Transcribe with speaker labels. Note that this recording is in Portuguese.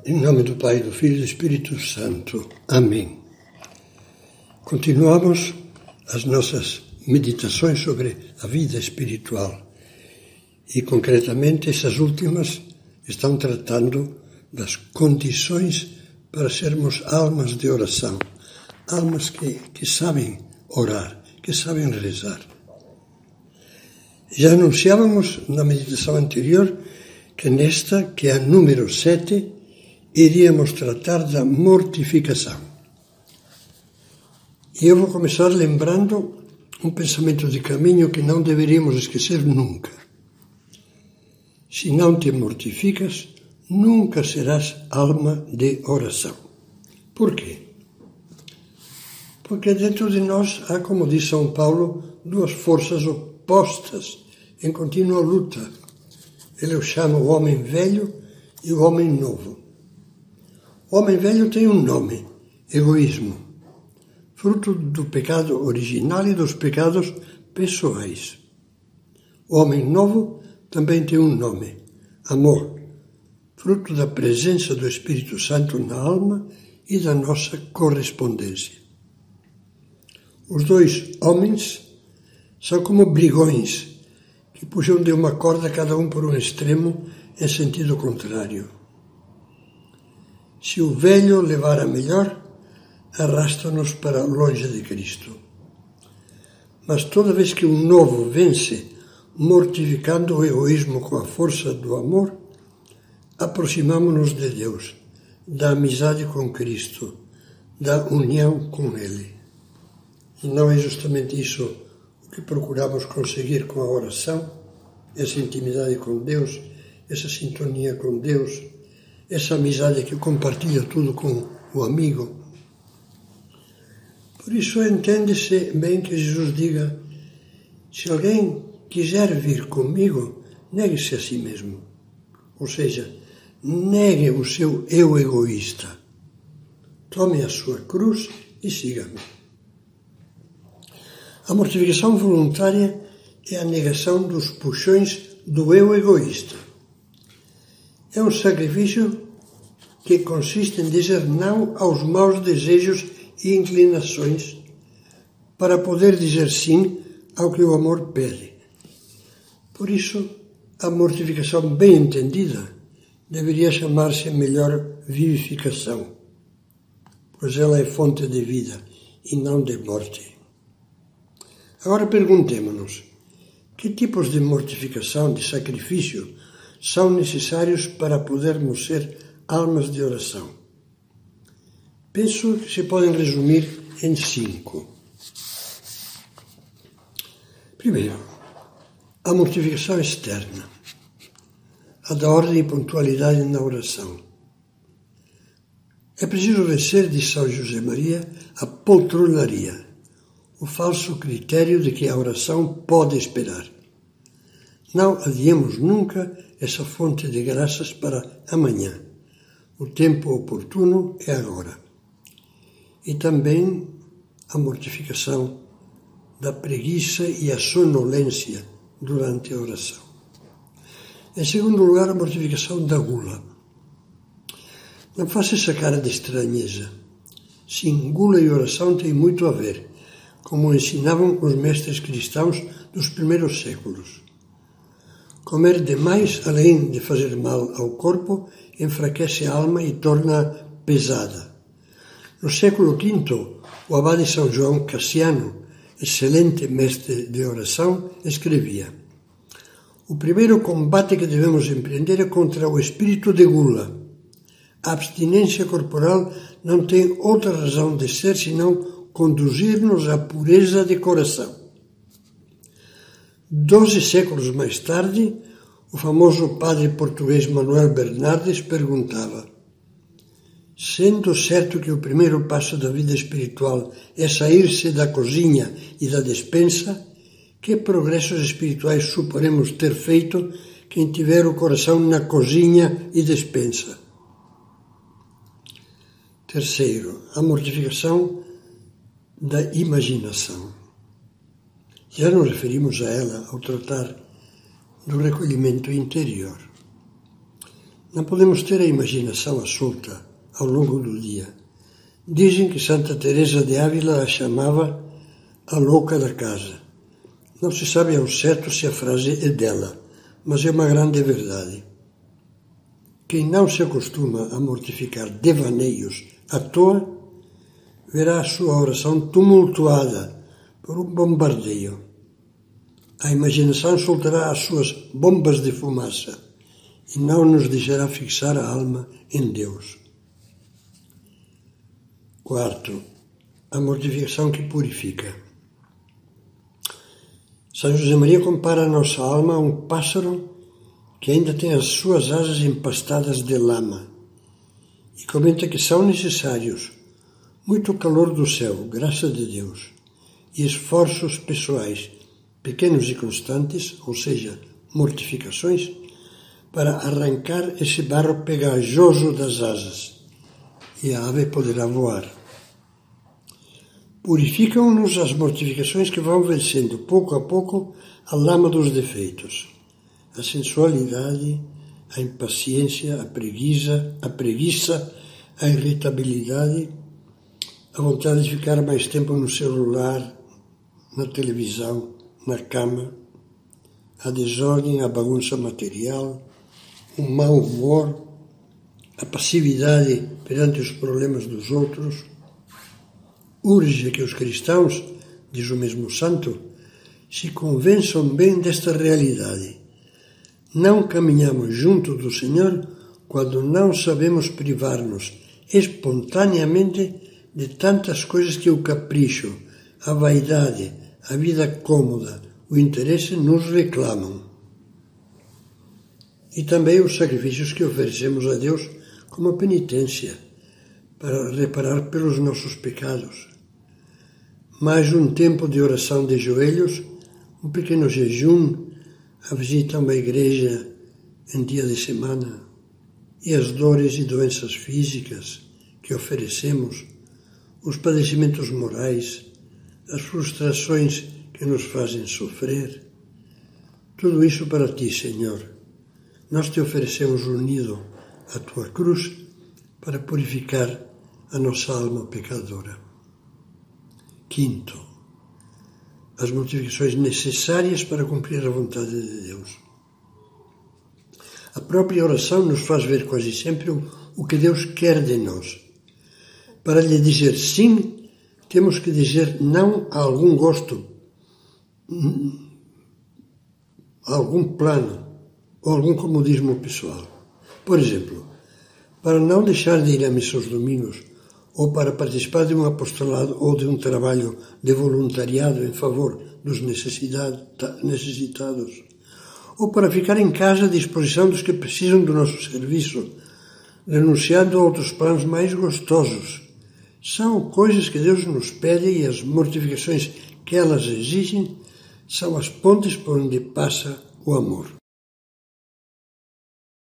Speaker 1: Em nome do Pai, do Filho e do Espírito Santo. Amém. Continuamos as nossas meditações sobre a vida espiritual. E, concretamente, essas últimas estão tratando das condições para sermos almas de oração. Almas que sabem orar, que sabem rezar. Já anunciávamos na meditação anterior que nesta, que é a número 7, iríamos tratar da mortificação. E eu vou começar lembrando um pensamento de caminho que não deveríamos esquecer nunca. Se não te mortificas, nunca serás alma de oração. Por quê? Porque dentro de nós há, como diz São Paulo, duas forças opostas em contínua luta. Ele o chama o homem velho e o homem novo. O homem velho tem um nome, egoísmo, fruto do pecado original e dos pecados pessoais. O homem novo também tem um nome, amor, fruto da presença do Espírito Santo na alma e da nossa correspondência. Os dois homens são como brigões que puxam de uma corda cada um por um extremo em sentido contrário. Se o velho levar a melhor, arrasta-nos para longe de Cristo. Mas toda vez que o novo vence, mortificando o egoísmo com a força do amor, aproximamo-nos de Deus, da amizade com Cristo, da união com Ele. E não é justamente isso o que procuramos conseguir com a oração, essa intimidade com Deus, essa sintonia com Deus, essa amizade que compartilha tudo com o amigo. Por isso entende-se bem que Jesus diga: se alguém quiser vir comigo, negue-se a si mesmo. Ou seja, negue o seu eu egoísta. Tome a sua cruz e siga-me. A mortificação voluntária é a negação dos puxões do eu egoísta. É um sacrifício que consiste em dizer não aos maus desejos e inclinações para poder dizer sim ao que o amor pede. Por isso, a mortificação bem entendida deveria chamar-se melhor vivificação, pois ela é fonte de vida e não de morte. Agora perguntemo-nos, que tipos de mortificação, de sacrifício, são necessários para podermos ser almas de oração? Penso que se podem resumir em 5. Primeiro, a mortificação externa, a da ordem e pontualidade na oração. É preciso vencer, diz São José Maria, a poltronaria, o falso critério de que a oração pode esperar. Não adiemos nunca essa fonte de graças para amanhã. O tempo oportuno é agora. E também a mortificação da preguiça e a sonolência durante a oração. Em segundo lugar, a mortificação da gula. Não faça essa cara de estranheza. Sim, gula e oração têm muito a ver, como ensinavam os mestres cristãos dos primeiros séculos. Comer demais, além de fazer mal ao corpo, enfraquece a alma e torna-a pesada. No século V, o abade São João Cassiano, excelente mestre de oração, escrevia: o primeiro combate que devemos empreender é contra o espírito de gula. A abstinência corporal não tem outra razão de ser senão conduzir-nos à pureza de coração. 12 séculos mais tarde, o famoso padre português Manuel Bernardes perguntava: sendo certo que o primeiro passo da vida espiritual é sair-se da cozinha e da despensa, que progressos espirituais suporemos ter feito quem tiver o coração na cozinha e despensa? Terceiro, a mortificação da imaginação. Já nos referimos a ela ao tratar do recolhimento interior. Não podemos ter a imaginação à solta ao longo do dia. Dizem que Santa Teresa de Ávila a chamava a louca da casa. Não se sabe ao certo se a frase é dela, mas é uma grande verdade. Quem não se acostuma a mortificar devaneios à toa, verá a sua oração tumultuada por um bombardeio. A imaginação soltará as suas bombas de fumaça e não nos deixará fixar a alma em Deus. Quarto, a mortificação que purifica. São José Maria compara a nossa alma a um pássaro que ainda tem as suas asas empastadas de lama e comenta que são necessários muito calor do céu, graça de Deus, e esforços pessoais, pequenos e constantes, ou seja, mortificações, para arrancar esse barro pegajoso das asas, e a ave poderá voar. Purificam-nos as mortificações que vão vencendo, pouco a pouco, a lama dos defeitos, a sensualidade, a impaciência, a preguiça, a irritabilidade, a vontade de ficar mais tempo no celular, na televisão, na cama, a desordem, a bagunça material, o mau humor, a passividade perante os problemas dos outros. Urge que os cristãos, diz o mesmo santo, se convençam bem desta realidade. Não caminhamos junto do Senhor quando não sabemos privar-nos espontaneamente de tantas coisas que o capricho, a vaidade, a vida cômoda, o interesse nos reclamam. E também os sacrifícios que oferecemos a Deus como penitência, para reparar pelos nossos pecados. Mais um tempo de oração de joelhos, um pequeno jejum, a visita a uma igreja em dia de semana e as dores e doenças físicas que oferecemos, os padecimentos morais, as frustrações que nos fazem sofrer. Tudo isso para ti, Senhor. Nós te oferecemos unido à tua cruz para purificar a nossa alma pecadora. Quinto, as mortificações necessárias para cumprir a vontade de Deus. A própria oração nos faz ver quase sempre o que Deus quer de nós. Para lhe dizer sim, temos que dizer não a algum gosto, a algum plano ou algum comodismo pessoal. Por exemplo, para não deixar de ir à missa aos domingos, ou para participar de um apostolado ou de um trabalho de voluntariado em favor dos necessitados, ou para ficar em casa à disposição dos que precisam do nosso serviço, renunciando a outros planos mais gostosos. São coisas que Deus nos pede e as mortificações que elas exigem são as pontes por onde passa o amor.